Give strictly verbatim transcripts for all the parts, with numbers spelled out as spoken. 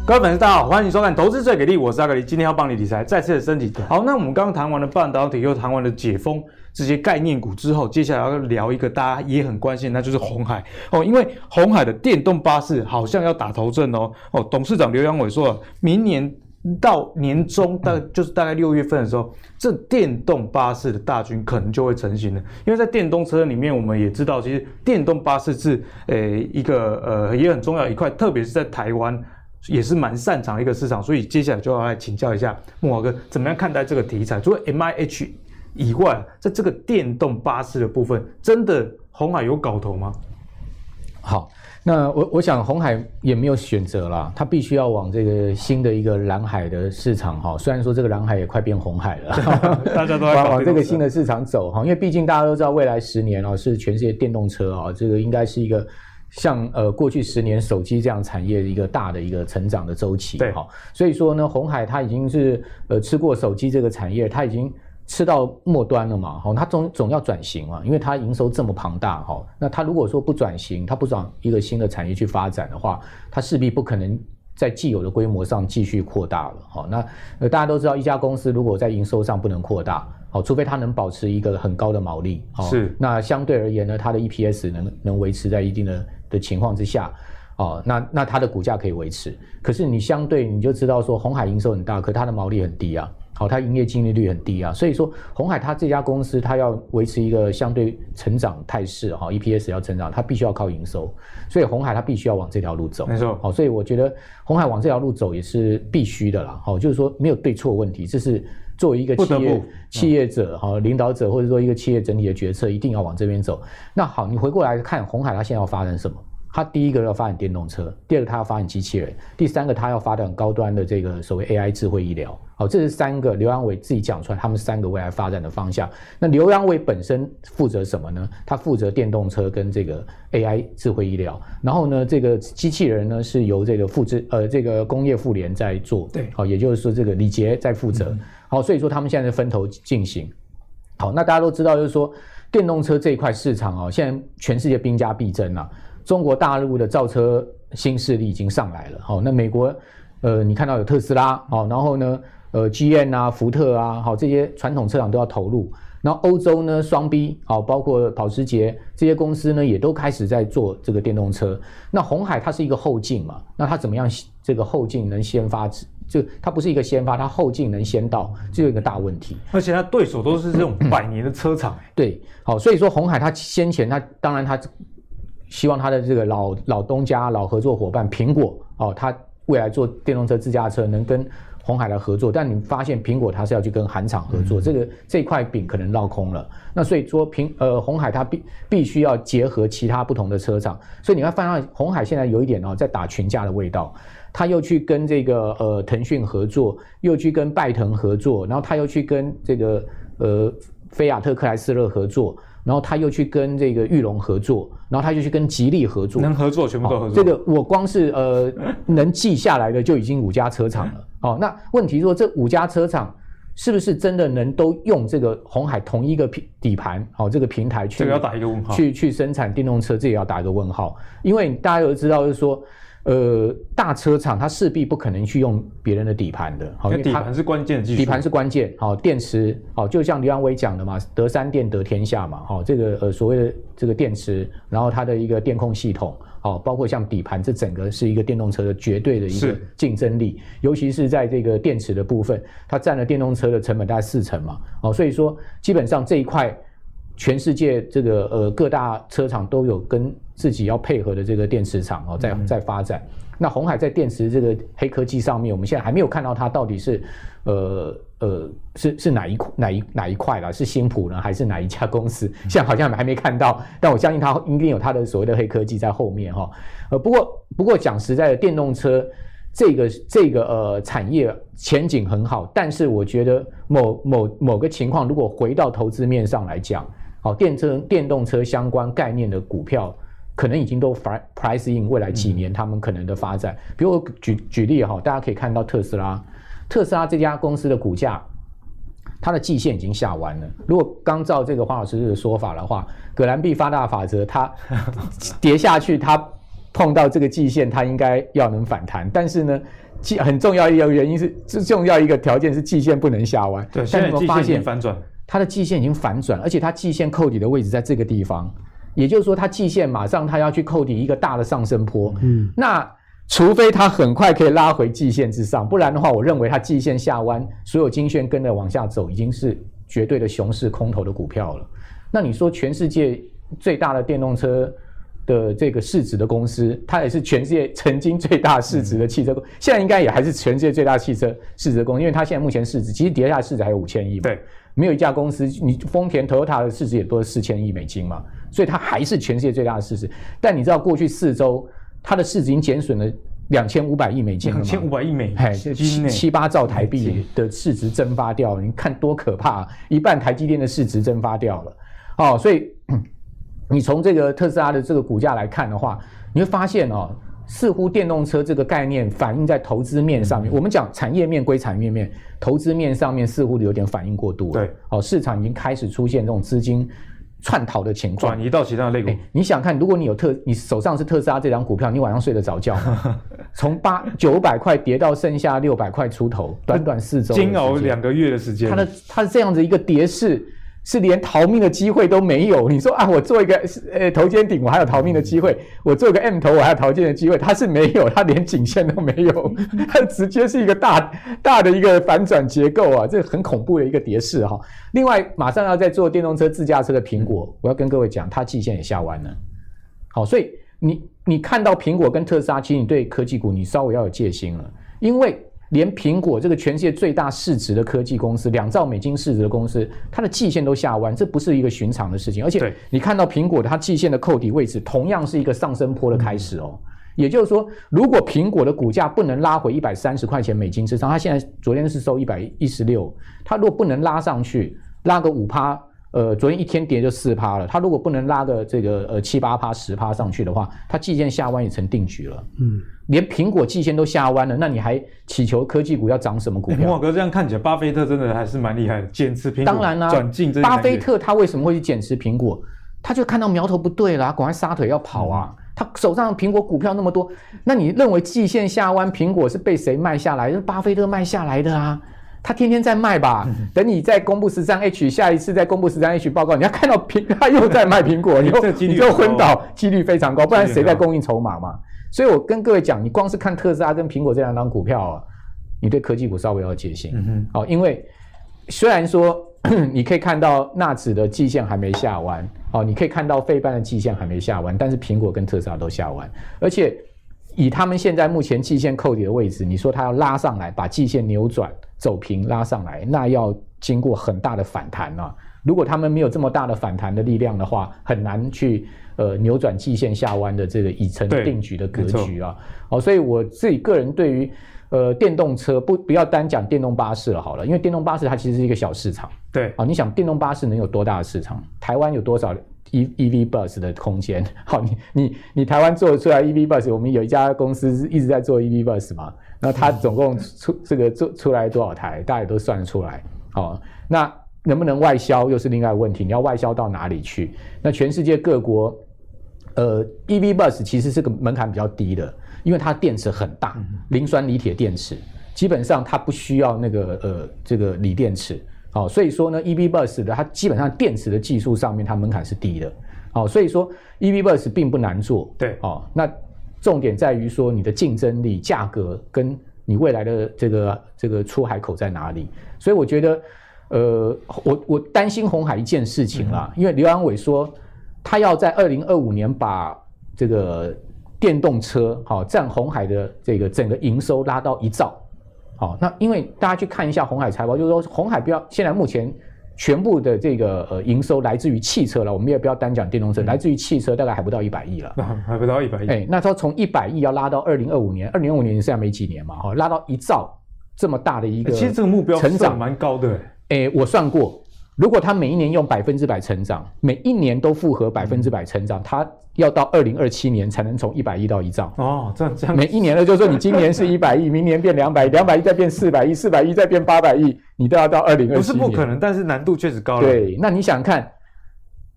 各位粉丝大家好，欢迎收看《投资最给力》，我是阿格力，今天要帮你理财，再次的升级。好，那我们刚刚谈完了半导体，又谈完了解封这些概念股之后，接下来要聊一个大家也很关心，那就是鸿海哦，因为鸿海的电动巴士好像要打头阵哦。哦，董事长刘扬伟说了，明年到年中，大概就是大概六月份的时候，这电动巴士的大军可能就会成型了。因为在电动车里面，我们也知道，其实电动巴士是呃一个呃也很重要的一块，特别是在台湾也是蛮擅长的一个市场。所以接下来就要来请教一下慕骅哥，怎么样看待这个题材？除了 M I H 以外，在这个电动巴士的部分，真的鸿海有搞头吗？ 好。那我我想鸿海也没有选择啦，他必须要往这个新的一个蓝海的市场哈。虽然说这个蓝海也快变红海了， 大家都在往往这个新的市场走哈。因为毕竟大家都知道，未来十年啊是全世界电动车啊，这个应该是一个像呃过去十年手机这样产业的一个大的一个成长的周期哈。所以说呢，鸿海它已经是呃吃过手机这个产业，它已经吃到末端了嘛，它总总要转型嘛，因为它营收这么庞大，那它如果说不转型，它不找一个新的产业去发展的话，它势必不可能在既有的规模上继续扩大了。那呃大家都知道，一家公司如果在营收上不能扩大，除非它能保持一个很高的毛利， 是那相对而言呢，它的 E P S 能能维持在一定的的情况之下。哦，那那它的股价可以维持，可是你相对你就知道说，鸿海营收很大，可它的毛利很低啊，好、哦，它营业净利率很低啊，所以说鸿海它这家公司它要维持一个相对成长态势哈、哦、，E P S 要成长，它必须要靠营收，所以鸿海它必须要往这条路走， 没错， 好、哦，所以我觉得鸿海往这条路走也是必须的啦，好、哦，就是说没有对错问题，这是作为一个企业企业者哈、哦、领导者或者说一个企业整体的决策，一定要往这边走。那好，你回过来看鸿海它现在要发展什么？它第一个要发展电动车，第二个它要发展机器人，第三个它要发展高端的这个所谓 A I 智慧医疗。好，这是三个刘扬伟自己讲出来，他们三个未来发展的方向。那刘扬伟本身负责什么呢？他负责电动车跟这个 A I 智慧医疗。然后呢，这个机器人呢是由这个富智呃这个工业妇联在做， 对， 好，也就是说这个李捷在负责。好，所以说他们现在是分头进行。好，那大家都知道，就是说电动车这一块市场哦，现在全世界兵家必争啊。中国大陆的造车新势力已经上来了，好，那美国，呃，你看到有特斯拉，好，然后呢，呃 ，G M 啊，福特啊，好，这些传统车厂都要投入，然后欧洲呢，双 B， 好，包括保时捷这些公司呢，也都开始在做这个电动车。那鸿海它是一个后进嘛，那它怎么样这个后进能先发？就它不是一个先发，它后进能先到，这有一个大问题。 而且它对手都是这种百年的车厂， 对，好，所以说鸿海它先前它当然它。希望他的这个老老东家、老合作伙伴苹果哦，他未来做电动车自驾车能跟鸿海来合作，但你发现苹果它是要去跟韩厂合作，嗯、这个这块饼可能落空了。那所以说苹呃鸿海它必必须要结合其他不同的车厂，所以你会发现鸿海现在有一点哦在打群架的味道，他又去跟这个呃腾讯合作，又去跟拜腾合作，然后他又去跟这个呃菲亚特克莱斯勒合作。然后他又去跟这个裕隆合作，然后他就去跟吉利合作， 能合作全部都合作。 这个我光是呃能记下来的就已经五家车厂了。哦，那问题说这五家车厂是不是真的能都用这个鸿海同一个底盘，好、哦、这个平台去？ 这个要打一个问号。 去去生产电动车，这也要打一个问号，因为大家都知道，就是说。呃，大车厂它势必不可能去用别人的底盘的， 好，因为底盘是关键的技术。 底盘是关键，好，电池，好，就像刘扬伟讲的嘛，得三电得天下嘛，好，这个呃所谓的这个电池，然后它的一个电控系统，好，包括像底盘，这整个是一个电动车的绝对的一个竞争力，尤其是在这个电池的部分，它占了电动车的成本大概四成嘛，好，所以说基本上这一块。全世界这个呃各大车厂都有跟自己要配合的这个电池厂哦，在在发展。那鸿海在电池这个黑科技上面，我们现在还没有看到它到底是呃呃是是哪一哪一哪一块啦？是新普呢，还是哪一家公司？现在好像还没看到，但我相信它一定有它的所谓的黑科技在后面哈。呃，不过不过讲实在的，电动车这个这个呃产业前景很好，但是我觉得某某某个情况，如果回到投资面上来讲。好，电车、电动车相关概念的股票，可能已经都 price in 未来几年他们可能的发展。嗯、比如我举举例哈，大家可以看到特斯拉，特斯拉这家公司的股价，它的季线已经下完了。如果刚照这个黄老师的说法的话，葛兰碧发大法则，它跌下去，它碰到这个季线，它应该要能反弹，但是呢，很重要一个原因是，最重要一个条件是季线不能下弯。 对，现在季线已经反转， 它的季线已经反转，而且它季线扣底的位置在这个地方，也就是说，它季线马上它要去扣底一个大的上升波。嗯，那除非它很快可以拉回季线之上，不然的话，我认为它季线下弯，所有金线跟着往下走，已经是绝对的熊市空头的股票了。那你说全世界最大的电动车的这个市值的公司，它也是全世界曾经最大市值的汽车公司，嗯、现在应该也还是全世界最大汽车市值的公司，因为它现在目前市值其实跌下来市值还有五千亿嘛。 对， 没有一家公司，你丰田、Toyota 的市值也多四千亿美金嘛，所以它还是全世界最大的市值。但你知道过去四周它的市值已经减损了两千五百亿美金了嘛？ 两千五百亿美金， 七七八兆台币的市值蒸发掉了，你看多可怕、啊！一半台积电的市值蒸发掉了，哦，所以你从这个特斯拉的这个股价来看的话，你会发现哦，似乎电动车这个概念反映在投资面上面。我们讲产业面归产业面，投资面上面似乎有点反应过度了。 对， 哦，市场已经开始出现这种资金窜逃的情况， 转移到其他的类股。 你想看，如果你有特，你手上是特斯拉这张股票，你晚上睡得着觉吗？从八九百块跌到剩下六百块出头，短短四周， 煎熬两个月的时间。 它的它这样子一个跌势，是连逃命的机会都没有。你说啊，我做一个呃头肩顶，我还有逃命的机会；我做一个 M 头，我还有逃命的机会。它是没有，它连颈线都没有，它直接是一个大大的一个反转结构啊，这很恐怖的一个跌势哈。另外，马上要在做电动车、自驾车的苹果，我要跟各位讲，它季线也下弯了。好，所以你你看到苹果跟特斯拉，其实你对科技股你稍微要有戒心了，因为连苹果这个全世界最大市值的科技公司，两兆美金市值的公司，它的季线都下弯，这不是一个寻常的事情。而且你看到苹果的它季线的扣底位置，同样是一个上升坡的开始哦。嗯、也就是说，如果苹果的股价不能拉回一百三十块钱美金之上，它现在昨天是收一百一十六，它如果不能拉上去，拉个五趴。呃，昨天一天跌就四趴了。它如果不能拉个这个呃七八趴、十趴上去的话，它季线下弯也成定局了。嗯，连苹果季线都下弯了，那你还祈求科技股要涨什么股票？ 莫哥这样看起来，巴菲特真的还是蛮厉害的，减持苹果。 当然啦、啊， 转进这。 巴菲特他为什么会去减持苹果？他就看到苗头不对啦，赶快撒腿要跑啊！嗯、他手上苹果股票那么多，那你认为季线下弯，苹果是被谁卖下来？是巴菲特卖下来的啊！他天天在卖吧，等你再公布 十三 H， 下一次再公布 十三 H 报告，你要看到苹他又在卖苹果，你就你就昏倒，几率非常高，不然谁在供应筹码嘛？所以我跟各位讲，你光是看特斯拉跟苹果这两档股票啊，你对科技股稍微要戒心。嗯哼，好，因为虽然说你可以看到纳指的季线还没下弯，哦，你可以看到费半的季线还没下弯，但是苹果跟特斯拉都下弯，而且以他们现在目前季线扣底的位置，你说它要拉上来，把季线扭转走平拉上来，那要经过很大的反弹啊！如果他们没有这么大的反弹的力量的话，很难去呃扭转季线下弯的这个已成定局的格局啊！好，所以我自己个人对于呃电动车不不要单讲电动巴士了好了，因为电动巴士它其实是一个小市场。对啊，你想电动巴士能有多大的市场？台湾有多少？E V bus 的空间，好，你你你台湾做出来 E V bus， 我们有一家公司一直在做 E V bus 嘛，那它总共出这个做出来多少台，大家也都算得出来，好，那能不能外销又是另外一个问题，你要外销到哪里去？那全世界各国，呃 ，E V bus 其实是个门槛比较低的，因为它电池很大，磷酸锂铁电池，基本上它不需要那个呃这个锂电池。好，所以说呢 ，E V bus 的它基本上电池的技术上面它门槛是低的，好，所以说 E V bus 并不难做，对，哦，那重点在于说你的竞争力、价格跟你未来的这个这个出海口在哪里？所以我觉得，呃，我我担心鸿海一件事情啦，嗯、因为刘安伟说他要在二零二五年把这个电动车好占鸿海的这个整个营收拉到一兆。好，那因为大家去看一下鸿海财报，就是说鸿海不要现在目前全部的这个呃营收来自于汽车了，我们也不要单讲电动车，嗯、来自于汽车大概还不到一百亿了， 还不到一百亿。 哎，那他从一百亿要拉到二零二五年，二零二五年剩下没几年嘛，哈，拉到一兆这么大的一个， 其实这个目标成长蛮高的。 哎，我算过，如果他每一年用百分之百成长，每一年都复合百分之百成长，他要到二零二七年才能从一百亿到一兆哦，这样这样， 每一年的就是说你今年是一百亿，明年变两百亿，两百亿再变四百亿，四百亿再变八百亿，你都要到二零二七年， 不是不可能，但是难度确实高了。 对，那你想看，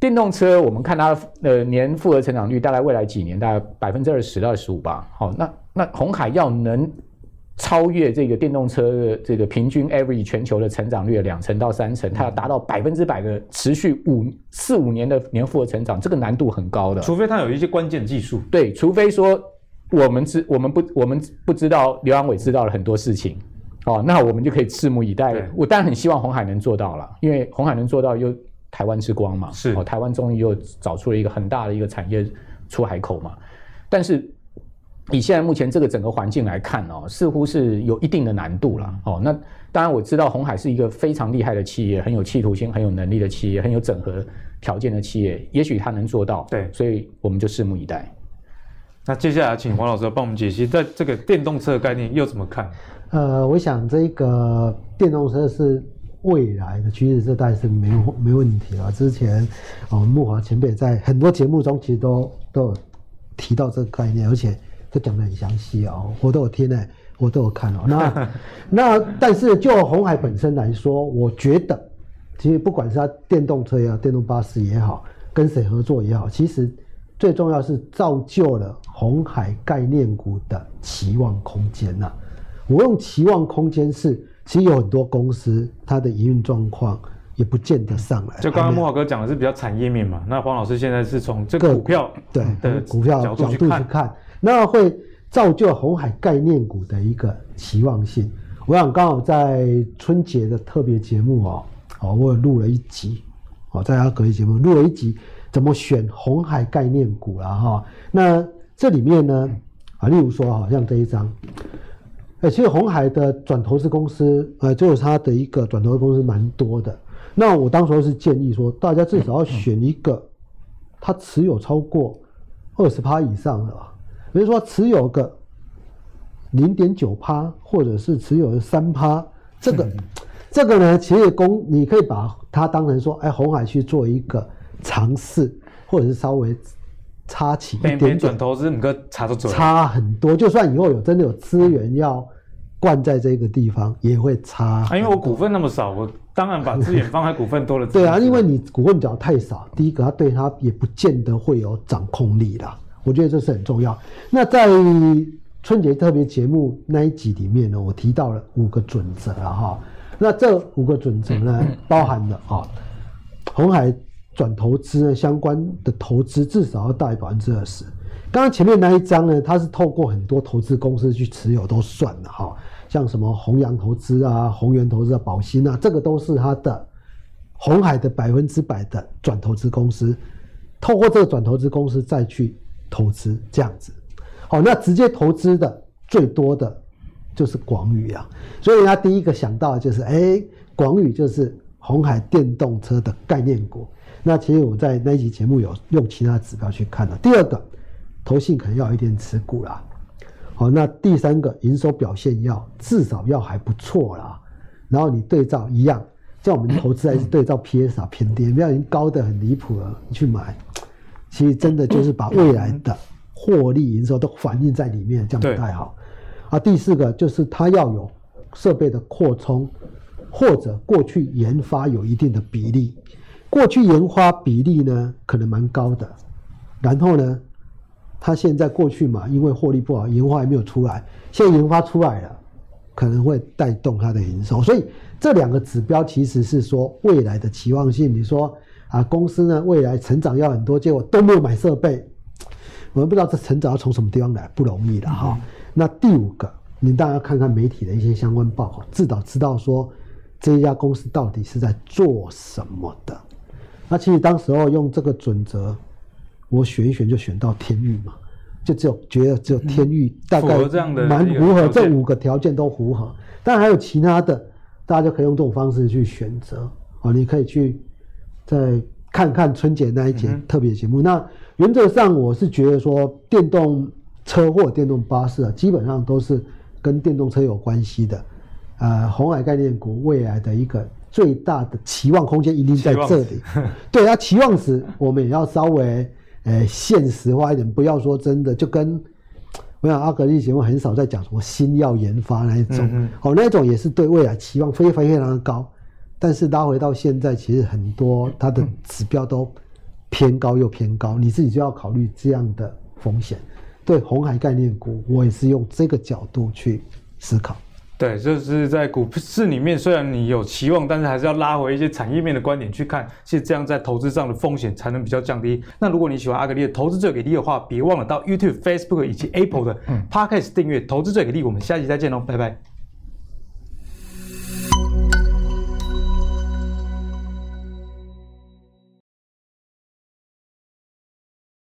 电动车我们看它的年复合成长率，大概未来几年大概百分之二十到二十五吧。好，那那鸿海要能超越这个电动车的这个平均 average 全球的成长率的两成到三成，它要达到百分之百的持续五四五年的年复合成长，这个难度很高的。 除非它有一些关键技术。 对，除非说我们知我们不我们不知道刘扬伟知道了很多事情，哦，那我们就可以拭目以待。我当然很希望鸿海能做到了，因为鸿海能做到又台湾之光嘛， 是哦，台湾终于又找出了一个很大的一个产业出海口嘛，但是。以现在目前这个整个环境来看哦，似乎是有一定的难度了哦。那当然我知道鸿海是一个非常厉害的企业，很有企图心、很有能力的企业，很有整合条件的企业，也许他能做到。 对， 所以我们就拭目以待。 那接下来请黄老师帮我们解析，在这个电动车的概念又怎么看？ 呃，我想这个电动车是未来的趋势，这当然是没有没问题了。之前哦，木华前辈在很多节目中其实都都有提到这个概念，而且都讲得很详细哦，我都有听呢，我都有看哦。那那但是就鸿海本身来说，我觉得其实不管是它电动车也好，电动巴士也好，跟谁合作也好，其实最重要是造就了鸿海概念股的期望空间呐、啊。我用期望空间是，其实有很多公司它的营运状况也不见得上来。 就刚刚木华哥讲的是比较产业面嘛，那黄老师现在是从这个股票对的股票角度去看。去看那会造就鸿海概念股的一个期望性。我想刚好在春节的特别节目哦，哦，我有录了一集，哦，在阿格力节目录了一集，怎么选鸿海概念股啦哈。那这里面呢，啊，例如说好像这一张，哎，其实鸿海的转投资公司，呃，就是它的一个转投资公司蛮多的。那我当时是建议说，大家至少要选一个，它持有超过二十趴以上的。比如说持有个 零点九趴，或者是持有三趴，这个、嗯、这个呢，其实公你可以把它当成说，哎，鸿海去做一个尝试，或者是稍微插起一点点， 转投资，你个差都差很多。就算以后有真的有资源要灌在这个地方，也会差、 啊。因为我股份那么少，我当然把资源放在股份多的。 对啊，因为你股份脚太少，第一个它对它也不见得会有掌控力啦。我觉得这是很重要。那在春节特别节目那一集里面呢，我提到了五个准则了哈。那这五个准则呢，包含了啊，鸿海转投资呢相关的投资至少要大于百分之二十。刚刚前面那一张呢，它是透过很多投资公司去持有都算了哈，像什么弘洋投资啊、宏源投资啊、宝兴啊，这个都是它的鸿海的百分之百的转投资公司，透过这个转投资公司再去投资这样子，好，那直接投资的最多的就是广宇啊，所以人家第一个想到的就是，哎，广宇就是鸿海电动车的概念股。那其实我在那一集节目有用其他指标去看了。第二个，投信可能要有一点持股啦。好，那第三个，营收表现要至少要还不错啦。然后你对照一样，像我们投资还是对照 P S 啊偏低，不要已经高的很离谱了，你去买。其实真的就是把未来的获利营收都反映在里面，这样不太好。啊，第四个就是它要有设备的扩充，或者过去研发有一定的比例。过去研发比例呢可能蛮高的，然后呢，它现在过去嘛，因为获利不好，研发还没有出来，现在研发出来了，可能会带动它的营收。所以这两个指标其实是说未来的期望性。你说啊，公司呢未来成长要很多，结果都没有买设备，我们不知道这成长要从什么地方来，不容易的哈。嗯、那第五个，你当然要看看媒体的一些相关报告，至少知道说这一家公司到底是在做什么的。那其实当时候用这个准则，我选一选就选到天钰嘛，就只有觉得只有天钰大概蛮符合，这五个条件都符合。当然还有其他的，大家就可以用这种方式去选择啊，你可以去再看看春节那一节特别节目。嗯、那原则上我是觉得说，电动车或电动巴士啊，基本上都是跟电动车有关系的。呃，鸿海概念股未来的一个最大的期望空间一定在这里。对啊，期望值我们也要稍微呃现实化一点，不要说真的就跟我想阿格力节目很少在讲什么新药研发那一种，嗯、哦，那一种也是对未来期望非常非常的高。但是拉回到现在，其实很多它的指标都偏高又偏高，你自己就要考虑这样的风险。对鸿海概念股，我也是用这个角度去思考。 对，就是在股市里面，虽然你有期望，但是还是要拉回一些产业面的观点去看，其实这样在投资上的风险才能比较降低。那如果你喜欢阿格力的投资最给力的话，别忘了到 YouTube、Facebook 以及 Apple 的 Podcast 订阅投资最给力。我们下期再见喽，拜拜。